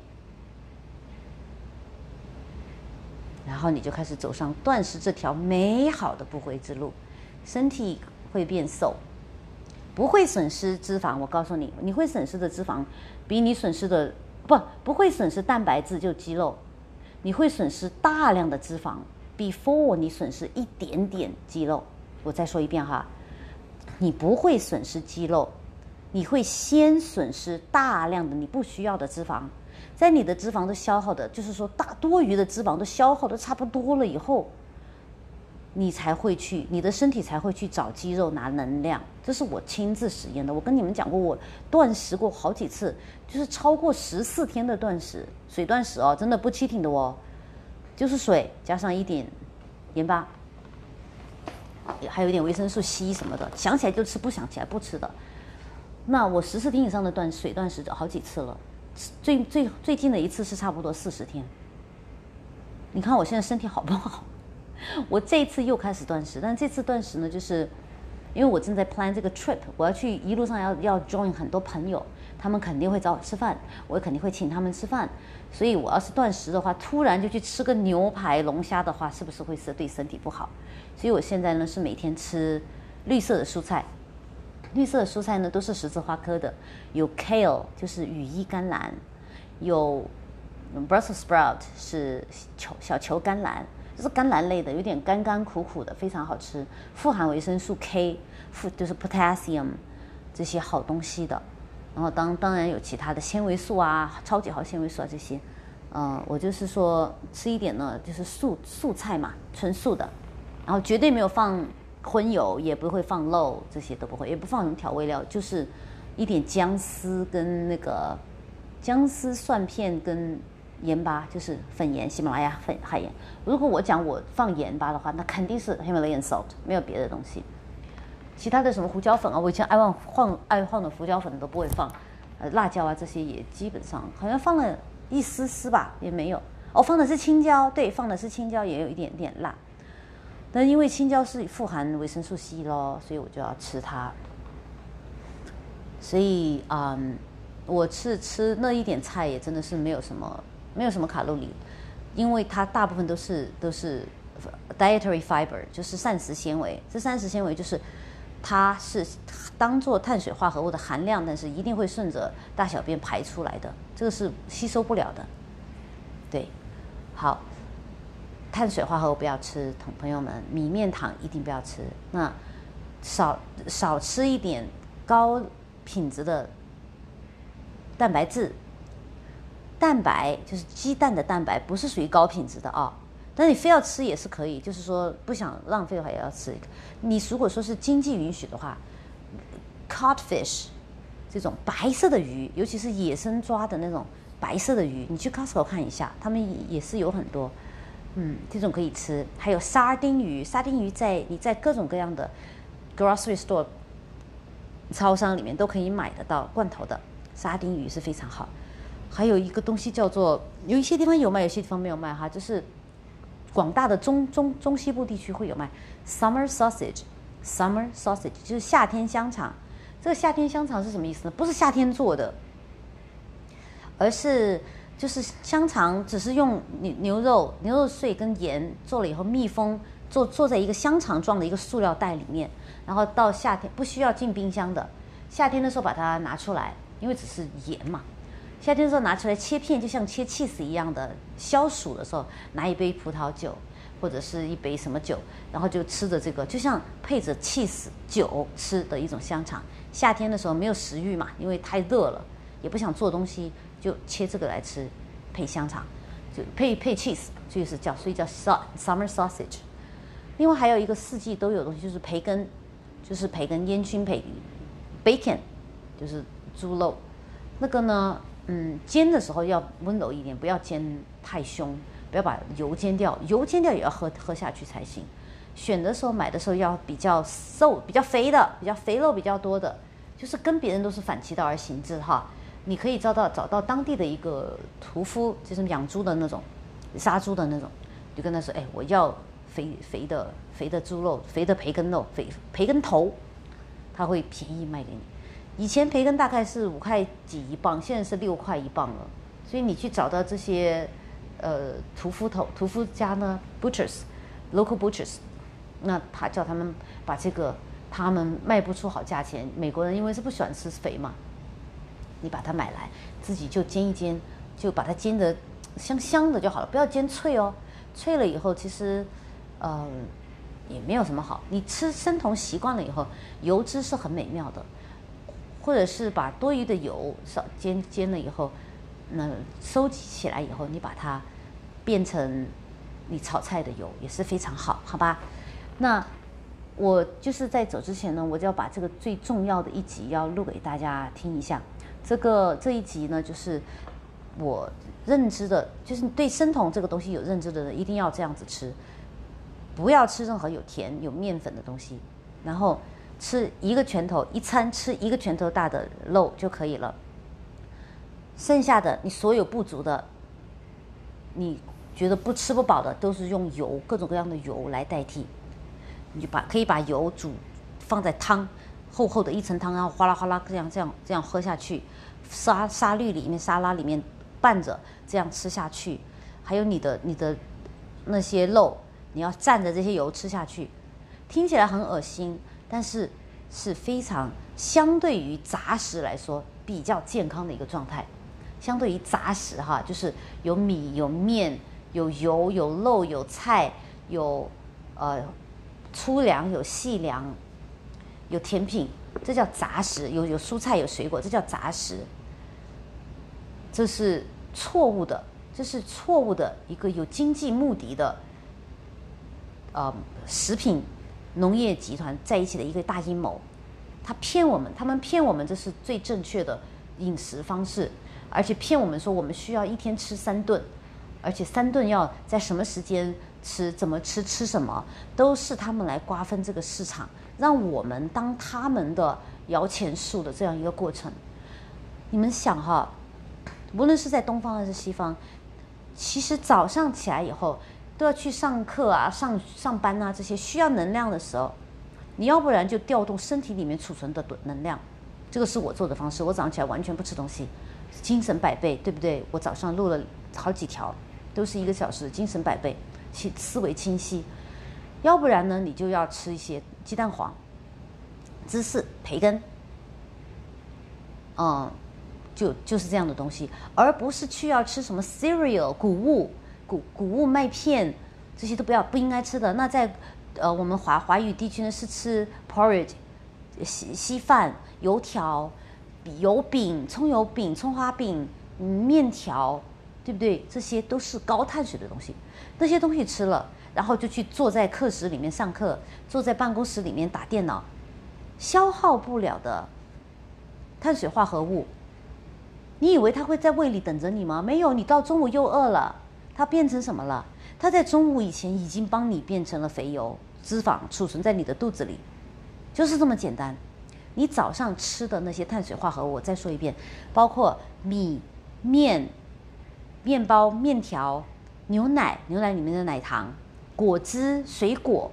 [SPEAKER 1] 然后你就开始走上断食这条美好的不归之路，身体会变瘦，不会损失脂肪。我告诉你，你会损失的脂肪比你损失的不会损失蛋白质就肌肉，你会损失大量的脂肪 before 你损失一点点肌肉。我再说一遍哈，你不会损失肌肉，你会先损失大量的你不需要的脂肪。在你的脂肪都消耗的，就是说多余的脂肪都消耗的差不多了以后，你的身体才会去找肌肉拿能量。这是我亲自实验的，我跟你们讲过，我断食过好几次，就是超过14天的断食，水断食哦，真的不cheating的哦，就是水加上一点盐巴，还有一点维生素 C 什么的，想起来就吃，不想起来不吃的。那我14天以上的水断食好几次了。最近的一次是差不多40天。你看我现在身体好不好？我这一次又开始断食，但这次断食呢，就是因为我正在 plan 这个 trip， 我要去一路上要 join 很多朋友，他们肯定会找我吃饭，我也肯定会请他们吃饭，所以我要是断食的话，突然就去吃个牛排龙虾的话，是不是会对身体不好？所以我现在呢是每天吃绿色的蔬菜。绿色的蔬菜呢都是十字花科的，有 kale 就是羽衣甘蓝，有 Brussels sprout 是小球甘蓝，就是甘蓝类的，有点干苦苦的，非常好吃，富含维生素 K， 就是 potassium 这些好东西的。然后当然有其他的纤维素啊，超级好纤维素啊这些。我就是说吃一点呢，就是素菜嘛，纯素的，然后绝对没有放荤油，也不会放肉，这些都不会，也不放什么调味料，就是一点姜丝跟那个姜丝蒜片跟盐巴，就是粉盐，喜马拉雅海盐。如果我讲我放盐巴的话，那肯定是 Himalayan salt， 没有别的东西。其他的什么胡椒粉啊，我以前爱放的胡椒粉都不会放，辣椒啊这些也基本上好像放了一丝吧，也没有。放的是青椒，对，放的是青椒，也有一点点辣。但因为青椒是富含维生素 C 咯，所以我就要吃它。所以我吃那一点菜也真的是没有什么卡路里，因为它大部分都是 dietary fiber， 就是膳食纤维。这膳食纤维就是它是当做碳水化合物的含量，但是一定会顺着大小便排出来的，这个是吸收不了的。对，好。碳水化合物不要吃，朋友们，米面糖一定不要吃。那少吃一点高品质的蛋白质，蛋白就是鸡蛋的蛋白，不是属于高品质的啊。但你非要吃也是可以，就是说不想浪费的话也要吃。你如果说是经济允许的话 ，cod fish 这种白色的鱼，尤其是野生抓的那种白色的鱼，你去 Costco 看一下，他们也是有很多，这种可以吃。还有沙丁鱼，沙丁鱼你在各种各样的 grocery store 超商里面都可以买得到罐头的沙丁鱼是非常好。还有一个东西叫做，有一些地方有卖，有些地方没有卖哈，就是广大的中西部地区会有卖 summer sausage 就是夏天香肠。这个夏天香肠是什么意思呢？不是夏天做的，而是就是香肠只是用牛肉碎跟盐做了以后密封，做在一个香肠状的一个塑料袋里面，然后到夏天不需要进冰箱的，夏天的时候把它拿出来，因为只是盐嘛。夏天的时候拿出来切片，就像切 cheese 一样的。消暑的时候拿一杯葡萄酒，或者是一杯什么酒，然后就吃着这个，就像配着 cheese 酒吃的一种香肠。夏天的时候没有食欲嘛，因为太热了，也不想做东西，就切这个来吃，配香肠，就配 cheese， 所以叫 summer sausage。另外还有一个四季都有的东西，就是培根烟熏bacon， 就是猪肉。那个呢，煎的时候要温柔一点，不要煎太凶，不要把油煎掉，油煎掉也要喝下去才行。选的时候买的时候要比较瘦、比较肥的，比较肥肉比较多的，就是跟别人都是反其道而行之哈。你可以找到当地的一个屠夫，就是养猪的那种、杀猪的那种，就跟他说，我要肥的猪肉，肥的培根肉，培根头，他会便宜卖给你。以前培根大概是5块几一磅，现在是6块一磅了。所以你去找到这些屠夫家呢 local butchers， 那他叫他们把这个他们卖不出好价钱，美国人因为是不喜欢吃肥嘛，你把它买来自己就煎一煎，就把它煎得香香的就好了，不要煎脆哦。脆了以后其实也没有什么好。你吃生酮习惯了以后，油脂是很美妙的。或者是把多余的油煎了以后，那收集起来以后，你把它变成你炒菜的油，也是非常好，好吧？那我就是在走之前呢，我就要把这个最重要的一集要录给大家听一下。这一集呢，就是我认知的，就是对生酮这个东西有认知的人，一定要这样子吃，不要吃任何有甜有面粉的东西，然后吃一餐吃一个拳头大的肉就可以了。剩下的你所有不足的，你觉得吃不饱的，都是用油，各种各样的油来代替。你就可以把油放在汤，厚厚的一层汤，然后哗啦哗啦这样喝下去。沙拉里面拌着这样吃下去。还有你的那些肉，你要蘸着这些油吃下去。听起来很恶心，但是是非常相对于杂食来说比较健康的一个状态。相对于杂食哈，就是有米有面有油有肉有菜有粗粮有细粮有甜品，这叫杂食。有蔬菜有水果，这叫杂食。这是错误的一个有经济目的的食品农业集团在一起的一个大阴谋。他们骗我们这是最正确的饮食方式，而且骗我们说我们需要一天吃3顿，而且3顿要在什么时间吃，怎么吃什么，都是他们来瓜分这个市场，让我们当他们的摇钱树的这样一个过程。你们想哈，无论是在东方还是西方，其实早上起来以后都要去上课啊、上班啊，这些需要能量的时候，你要不然就调动身体里面储存的能量。这个是我做的方式，我早上起来完全不吃东西，精神百倍，对不对？我早上录了好几条，都是1个小时，精神百倍，思维清晰。要不然呢，你就要吃一些鸡蛋黄、芝士、培根，就是这样的东西，而不是要吃什么 cereal 谷物麦片，这些都不应该吃的。那在我们华语地区呢，是吃 porridge 稀饭、油条、油饼、葱油饼、葱花饼、面条，对不对？这些都是高碳水的东西。那些东西吃了，然后就去坐在课室里面上课，坐在办公室里面打电脑，消耗不了的碳水化合物，你以为它会在胃里等着你吗？没有，你到中午又饿了，它变成什么了？它在中午以前已经帮你变成了肥油、脂肪，储存在你的肚子里，就是这么简单。你早上吃的那些碳水化合物，我再说一遍，包括米、面、面包、面条、牛奶，牛奶里面的奶糖、果汁、水果，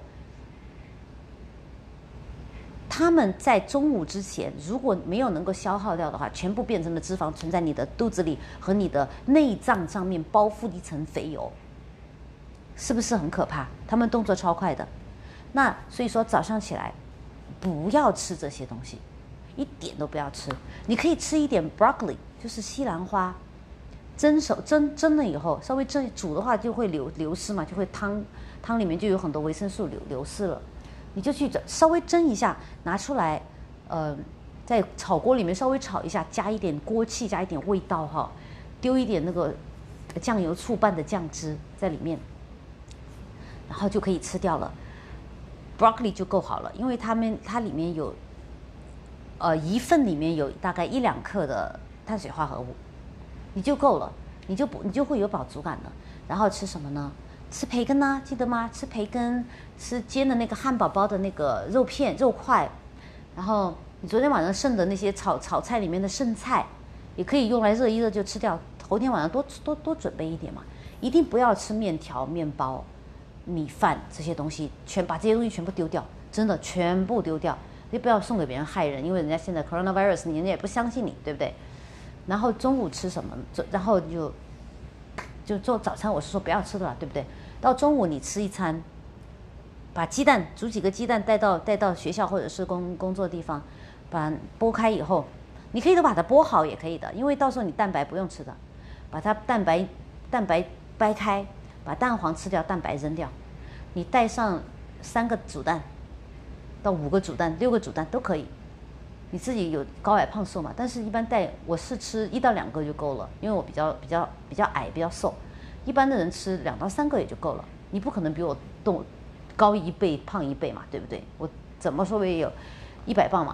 [SPEAKER 1] 它们在中午之前如果没有能够消耗掉的话，全部变成了脂肪，存在你的肚子里和你的内脏上面，包覆一层肥油，是不是很可怕？他们动作超快的。那所以说早上起来不要吃这些东西，一点都不要吃。你可以吃一点 broccoli， 就是西兰花，蒸了以后，稍微煮的话就会流失嘛，就会汤里面就有很多维生素流失了。你就去稍微蒸一下，拿出来，在炒锅里面稍微炒一下，加一点锅气，加一点味道哈，丢一点那个酱油醋拌的酱汁在里面，然后就可以吃掉了。broccoli 就够好了，因为它里面有，一份里面有大概1-2克的碳水化合物，你就够了，你就会有饱足感了。然后吃什么呢？吃培根啊，记得吗？吃培根，吃煎的那个汉堡包的那个肉片、肉块，然后你昨天晚上剩的那些炒菜里面的剩菜，也可以用来热一热就吃掉。头天晚上多准备一点嘛，一定不要吃面条、面包、米饭这些东西，把这些东西全部丢掉，真的全部丢掉，你不要送给别人害人，因为人家现在 coronavirus， 人家也不相信你，对不对？然后中午吃什么？然后就做早餐，我是说不要吃的了，对不对？到中午你吃一餐，把鸡蛋煮几个鸡蛋带到学校或者是工作地方，把剥开以后，你可以都把它剥好也可以的，因为到时候你蛋白不用吃的，把它蛋白掰开，把蛋黄吃掉，蛋白扔掉，你带上3个煮蛋到5个煮蛋、6个煮蛋都可以。你自己有高矮胖瘦嘛？但是一般我是吃1到2个就够了，因为我比较矮，比较瘦。一般的人吃2到3个也就够了。你不可能比我高1倍、胖1倍嘛，对不对？我怎么说我也有100磅嘛，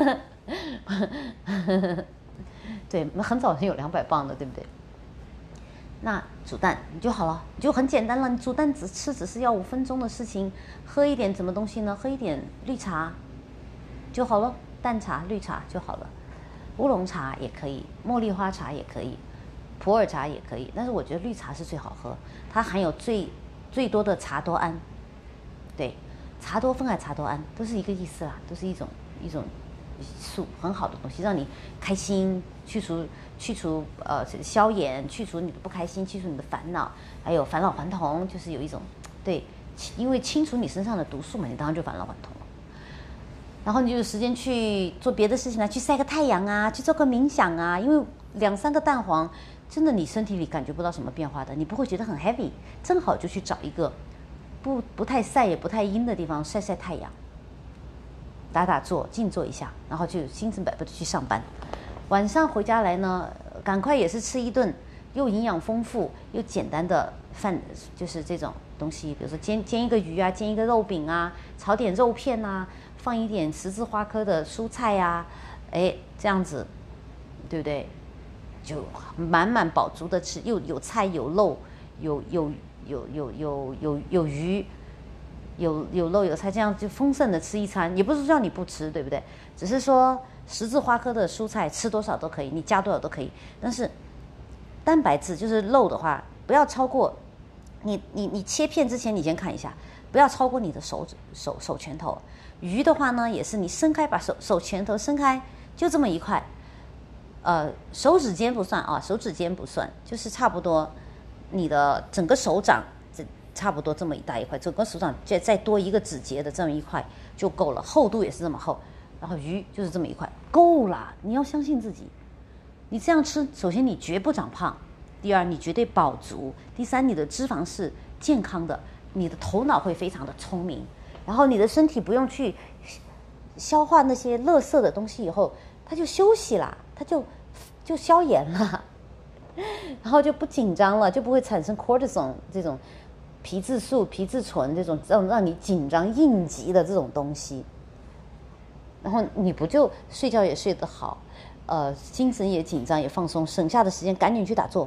[SPEAKER 1] 对，很早就有200磅的，对不对？那煮蛋你就好了，你就很简单了。你煮蛋只是要5分钟的事情，喝一点什么东西呢？喝一点绿茶就好了。淡茶、绿茶就好了，乌龙茶也可以，茉莉花茶也可以，普洱茶也可以，但是我觉得绿茶是最好喝，它含有最多的茶多胺，对，茶多酚还茶多胺都是一个意思啦，都是一种素很好的东西，让你开心，去除消炎，去除你的不开心，去除你的烦恼，还有返老还童，就是有一种对，因为清除你身上的毒素嘛，你当然就返老还童了。然后你就有时间去做别的事情了，去晒个太阳啊，去做个冥想啊。因为2-3个蛋黄，真的你身体里感觉不到什么变化的，你不会觉得很 heavy。正好就去找一个不太晒也不太阴的地方晒晒太阳，打坐，静坐一下，然后就精神百倍的去上班。晚上回家来呢，赶快也是吃一顿又营养丰富又简单的饭，就是这种东西，比如说煎一个鱼啊，煎一个肉饼啊，炒点肉片啊。放一点十字花科的蔬菜呀，这样子，对不对？就满满饱足的吃，又有菜有肉，有鱼，有肉有菜，这样就丰盛的吃一餐。也不是叫你不吃，对不对？只是说十字花科的蔬菜吃多少都可以，你加多少都可以。但是蛋白质就是肉的话，不要超过你切片之前，你先看一下，不要超过你的手拳头。鱼的话呢，也是你伸开，把手拳头伸开，就这么一块，手指尖不算啊，手指尖不算，就是差不多你的整个手掌，差不多这么一大一块，整个手掌再多一个指节的这么一块就够了，厚度也是这么厚，然后鱼就是这么一块，够了。你要相信自己，你这样吃，首先你绝不长胖，第二你绝对饱足，第三你的脂肪是健康的，你的头脑会非常的聪明。然后你的身体不用去消化那些垃圾的东西，以后它就休息啦，它就消炎了，然后就不紧张了，就不会产生 cortisol 这种皮质素、皮质醇这种让你紧张应急的这种东西。然后你不就睡觉也睡得好， 精神也紧张也放松，省下的时间赶紧去打坐，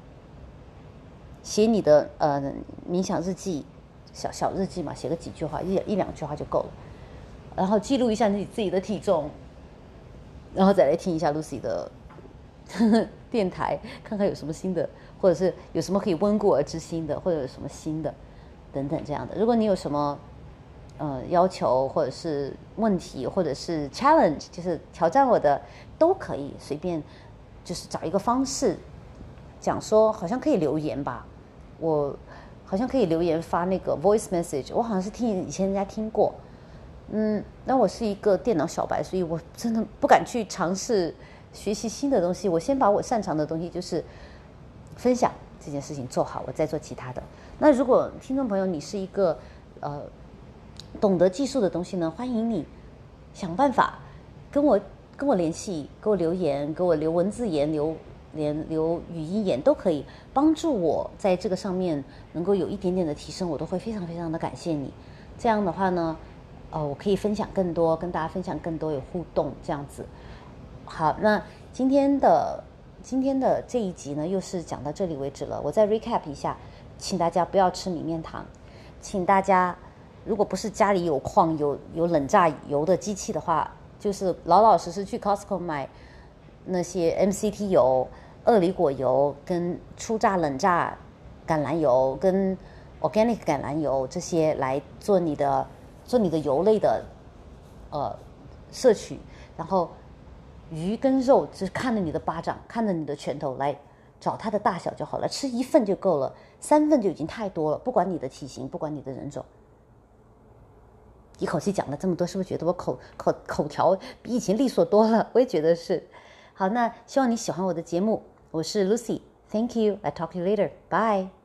[SPEAKER 1] 写你的冥想日记，小日记嘛，写个几句话，一两句话就够了。然后记录一下你自己的体重，然后再来听一下 Lucy 的电台，看看有什么新的，或者是有什么可以温故而知新的，或者有什么新的等等这样的。如果你有什么要求或者是问题或者是 challenge， 就是挑战我的，都可以随便就是找一个方式讲说，好像可以留言吧，我好像可以留言发那个 voice message， 我好像是听以前人家听过。那我是一个电脑小白，所以我真的不敢去尝试学习新的东西。我先把我擅长的东西，就是分享这件事情做好，我再做其他的。那如果听众朋友你是一个懂得技术的东西呢，欢迎你想办法跟我联系，给我留言，给我留文字言，留语音言都可以，帮助我在这个上面能够有一点点的提升，我都会非常非常的感谢你。这样的话呢，我可以分享更多，跟大家分享更多，有互动这样子。好，那今天的这一集呢，又是讲到这里为止了。我再 recap 一下，请大家不要吃米面糖，请大家如果不是家里有矿有冷榨油的机器的话，就是老老实实去 Costco 买那些 MCT 油、鳄梨果油跟初榨冷榨橄榄油跟 organic 橄榄油这些来做你的油类的摄取，然后鱼跟肉只看着你的巴掌，看着你的拳头来找它的大小就好了，吃1份就够了，3份就已经太多了，不管你的体型，不管你的人种。一口气讲了这么多，是不是觉得我口条比以前利索多了？我也觉得是。好，那希望你喜欢我的节目，我是 Lucy， Thank you，I talk to you later， bye。